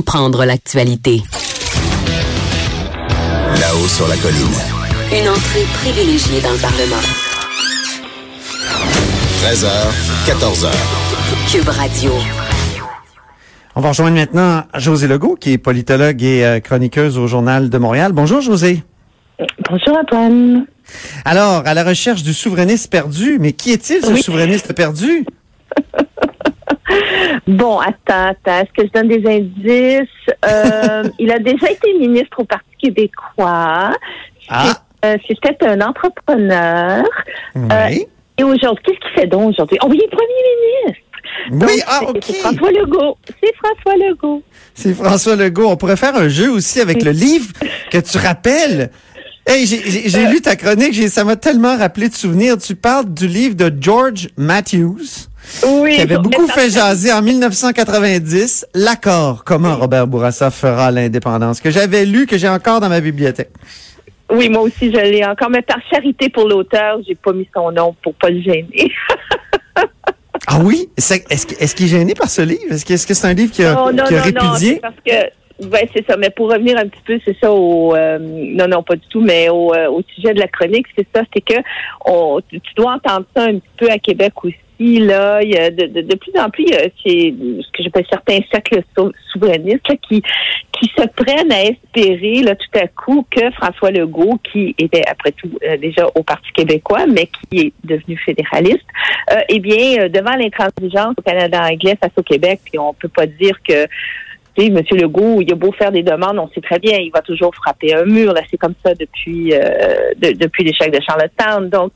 comprendre l'actualité. Là-haut sur la colline. Une entrée privilégiée dans le Parlement. 13h, 14h. Cube Radio. On va rejoindre maintenant Josée Legault, qui est politologue et chroniqueuse au Journal de Montréal. Bonjour, Josée. Bonjour, Antoine. Alors, à la recherche du souverainiste perdu, mais qui est-il, ce souverainiste perdu? Bon, attends, est-ce que je donne des indices? Il a déjà été ministre au Parti québécois. C'était un entrepreneur. Oui. Et aujourd'hui, qu'est-ce qu'il fait donc aujourd'hui? Oh oui, il est premier ministre. Donc, OK. C'est François Legault. C'est François Legault. On pourrait faire un jeu aussi avec le livre que tu rappelles. Hey, j'ai lu ta chronique, ça m'a tellement rappelé de souvenirs. Tu parles du livre de George Matthews, qui avait beaucoup fait jaser en 1990, L'accord, comment Robert Bourassa fera l'indépendance, que j'avais lu, que j'ai encore dans ma bibliothèque. Oui, moi aussi, je l'ai encore, mais par charité pour l'auteur, j'ai pas mis son nom pour pas le gêner. Ah oui? Est-ce qu'il est gêné par ce livre? Est-ce que c'est un livre qui a répudié? Non, parce que c'est ça. Mais pour revenir un petit peu, c'est ça non, pas du tout, mais au sujet de la chronique, c'est ça, c'est que tu dois entendre ça un petit peu à Québec aussi. Là, il y a de plus en plus, c'est ce que j'appelle certains cercles souverainistes là, qui se prennent à espérer là tout à coup que François Legault, qui était après tout déjà au Parti québécois, mais qui est devenu fédéraliste, devant l'intransigeance au Canada anglais face au Québec, puis on peut pas dire que M. Legault, il a beau faire des demandes, on sait très bien, il va toujours frapper un mur. Là, c'est comme ça depuis l'échec de Charlottetown. Donc,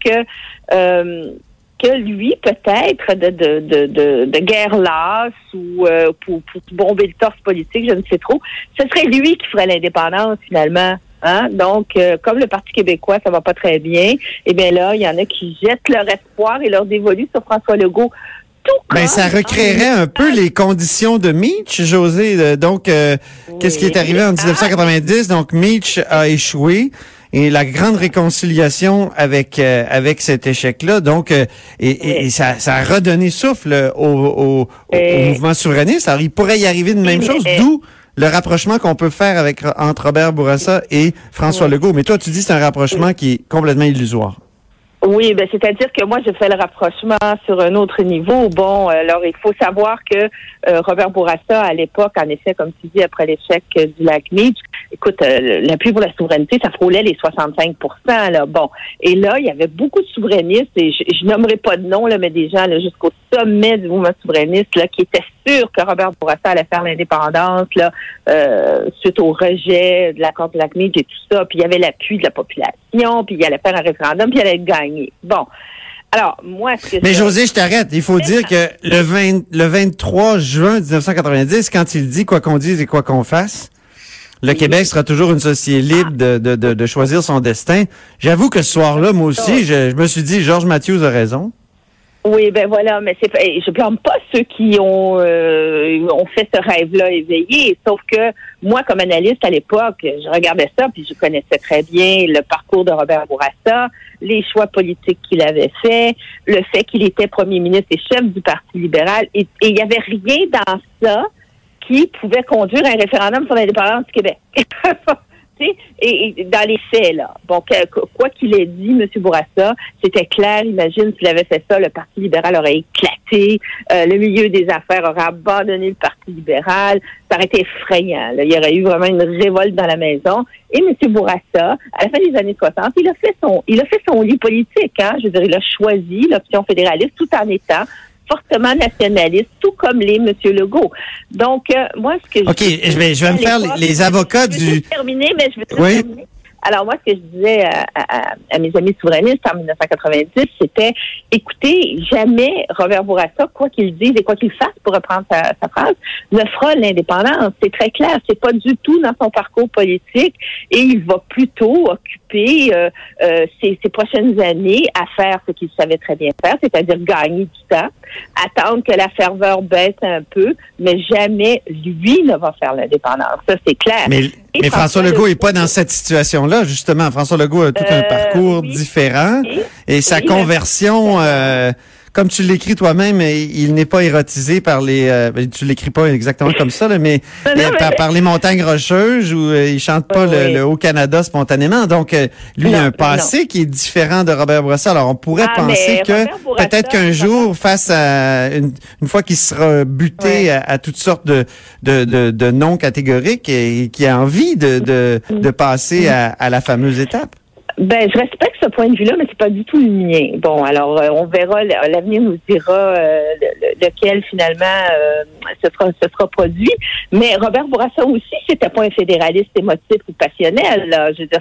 que lui, peut-être, de guerre lasse ou pour bomber le torse politique, je ne sais trop, ce serait lui qui ferait l'indépendance, finalement. Hein? Donc, comme le Parti québécois, ça va pas très bien, eh bien là, il y en a qui jettent leur espoir et leur dévolu sur François Legault. Ça recréerait un peu les conditions de Meach, Josée. Donc, qu'est-ce qui est arrivé en 1990? Donc, Meach a échoué. Et la grande réconciliation avec cet échec-là, donc ça a redonné souffle au mouvement souverainiste. Alors, il pourrait y arriver de même chose, d'où le rapprochement qu'on peut faire entre Robert Bourassa et François Legault. Mais toi, tu dis que c'est un rapprochement qui est complètement illusoire. Oui, c'est-à-dire que moi, je fais le rapprochement sur un autre niveau. Bon, alors, il faut savoir que Robert Bourassa, à l'époque, en effet, comme tu dis, après l'échec du lac Meach, écoute, l'appui pour la souveraineté, ça frôlait les 65 %, là. Bon. Et là, il y avait beaucoup de souverainistes, et je nommerai pas de nom, là, mais des gens, là, jusqu'au sommet du mouvement souverainiste, là, qui étaient sûrs que Robert Bourassa allait faire l'indépendance, là, suite au rejet de l'accord de lac Meach et tout ça. Puis il y avait l'appui de la population, puis il allait faire un référendum, puis il allait gagner. Bon. Alors, moi, Mais Josée, je t'arrête. Il faut dire que le 23 juin 1990, quand il dit quoi qu'on dise et quoi qu'on fasse, le Québec sera toujours une société libre de choisir son destin. J'avoue que ce soir-là, moi aussi, je me suis dit, George Matthews a raison. Oui, voilà, mais je blâme pas ceux qui ont fait ce rêve-là éveillé, sauf que moi, comme analyste à l'époque, je regardais ça, puis je connaissais très bien le parcours de Robert Bourassa, les choix politiques qu'il avait fait, le fait qu'il était premier ministre et chef du Parti libéral, et il y avait rien dans ça qui pouvait conduire à un référendum sur l'indépendance du Québec. Et dans les faits, là, bon, quoi qu'il ait dit, M. Bourassa, c'était clair. Imagine s'il avait fait ça, le Parti libéral aurait éclaté, le milieu des affaires aurait abandonné le Parti libéral, ça aurait été effrayant. Là. Il y aurait eu vraiment une révolte dans la maison. Et M. Bourassa, à la fin des années 60, il a fait son lit politique. Hein? Je veux dire, il a choisi l'option fédéraliste tout en étant fortement nationaliste, tout comme l'est M. Legault. Donc, moi, ce que je vais me faire les avocats du... Je vais terminer. Alors, moi, ce que je disais à mes amis souverainistes en 1990, c'était, écoutez, jamais Robert Bourassa, quoi qu'il dise et quoi qu'il fasse, pour reprendre sa phrase, ne fera l'indépendance. C'est très clair. C'est pas du tout dans son parcours politique et il va plutôt occuper ses prochaines années à faire ce qu'il savait très bien faire, c'est-à-dire gagner du temps, attendre que la ferveur baisse un peu, mais jamais lui ne va faire l'indépendance. Ça, c'est clair. Mais François Legault n'est pas dans cette situation-là, justement. François Legault a tout un parcours différent et sa conversion comme tu l'écris toi-même, il n'est pas érotisé par tu l'écris pas exactement comme ça, là, mais, par les montagnes rocheuses où il chante pas le Haut-Canada spontanément. Donc, lui, il a un passé qui est différent de Robert Bourassa. Alors, on pourrait penser que peut-être qu'un jour, face à une fois qu'il sera buté à toutes sortes de noms catégoriques, et qui a envie de passer à la fameuse étape. Ben, je respecte ce point de vue-là, mais c'est pas du tout le mien. Bon, alors on verra, l'avenir nous dira lequel finalement se sera produit. Mais Robert Bourassa aussi, c'était pas un fédéraliste émotif ou passionnel. Là. Je veux dire,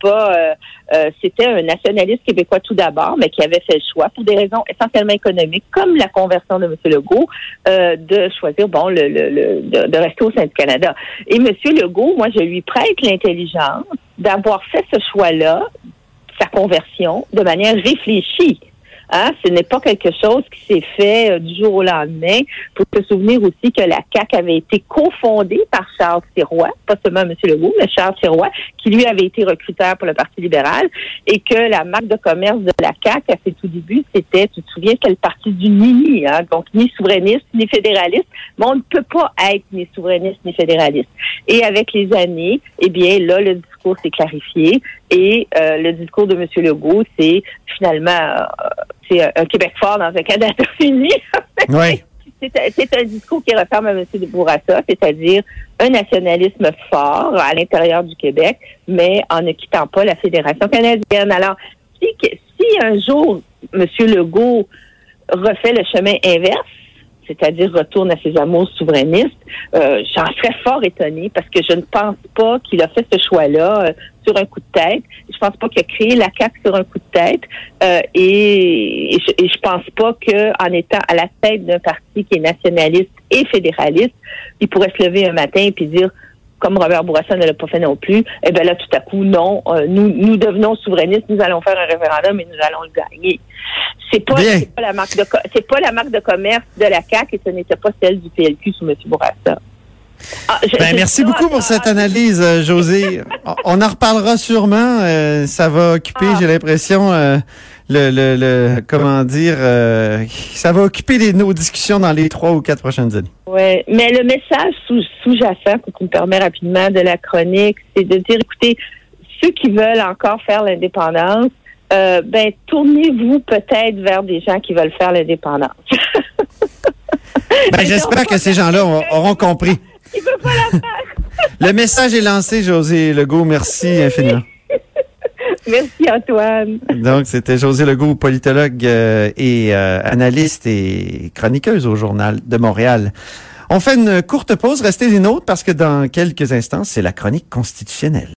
c'était un nationaliste québécois tout d'abord, mais qui avait fait le choix pour des raisons essentiellement économiques, comme la conversion de M. Legault, de choisir de rester au sein du Canada. Et M. Legault, moi, je lui prête l'intelligence d'avoir fait ce choix-là, sa conversion, de manière réfléchie. Hein? Ce n'est pas quelque chose qui s'est fait du jour au lendemain. Il faut se souvenir aussi que la CAQ avait été cofondée par Charles Sirois, pas seulement M. Legault, mais Charles Sirois, qui lui avait été recruteur pour le Parti libéral, et que la marque de commerce de la CAQ, à ses tout débuts, c'était, tu te souviens, c'était le parti du ni-ni, hein? Donc ni souverainiste, ni fédéraliste, mais on ne peut pas être ni souverainiste, ni fédéraliste. Et avec les années, eh bien, là, le discours s'est clarifié, et le discours de M. Legault, c'est finalement... c'est un Québec fort dans un Canada uni. Oui. C'est un discours qui ressemble à M. Bourassa, c'est-à-dire un nationalisme fort à l'intérieur du Québec, mais en ne quittant pas la Fédération canadienne. Alors, si un jour M. Legault refait le chemin inverse, c'est-à-dire retourne à ses amours souverainistes, j'en serais fort étonnée parce que je ne pense pas qu'il a fait ce choix-là sur un coup de tête. Je pense pas qu'il a créé la CAQ sur un coup de tête et je pense pas qu'en étant à la tête d'un parti qui est nationaliste et fédéraliste, il pourrait se lever un matin et puis dire, comme Robert Bourassa ne l'a pas fait non plus, eh bien là, tout à coup, non, nous devenons souverainistes, nous allons faire un référendum et nous allons le gagner. C'est pas la marque de commerce de la CAQ et ce n'était pas celle du PLQ sous M. Bourassa. Merci beaucoup pour cette analyse, Josée. On en reparlera sûrement. Ça va occuper, j'ai l'impression, ça va occuper nos discussions dans les 3 ou 4 prochaines années. Oui, mais le message sous-jacent, pour qu'on me permette rapidement, de la chronique, c'est de dire, écoutez, ceux qui veulent encore faire l'indépendance, tournez-vous peut-être vers des gens qui veulent faire l'indépendance. J'espère que ces gens-là auront compris. Il ne veut pas la faire. Le message est lancé, Josée Legault. Merci infiniment. Merci, Antoine. Donc, c'était Josée Legault, politologue et analyste et chroniqueuse au Journal de Montréal. On fait une courte pause. Restez les nôtres parce que dans quelques instants, c'est la chronique constitutionnelle.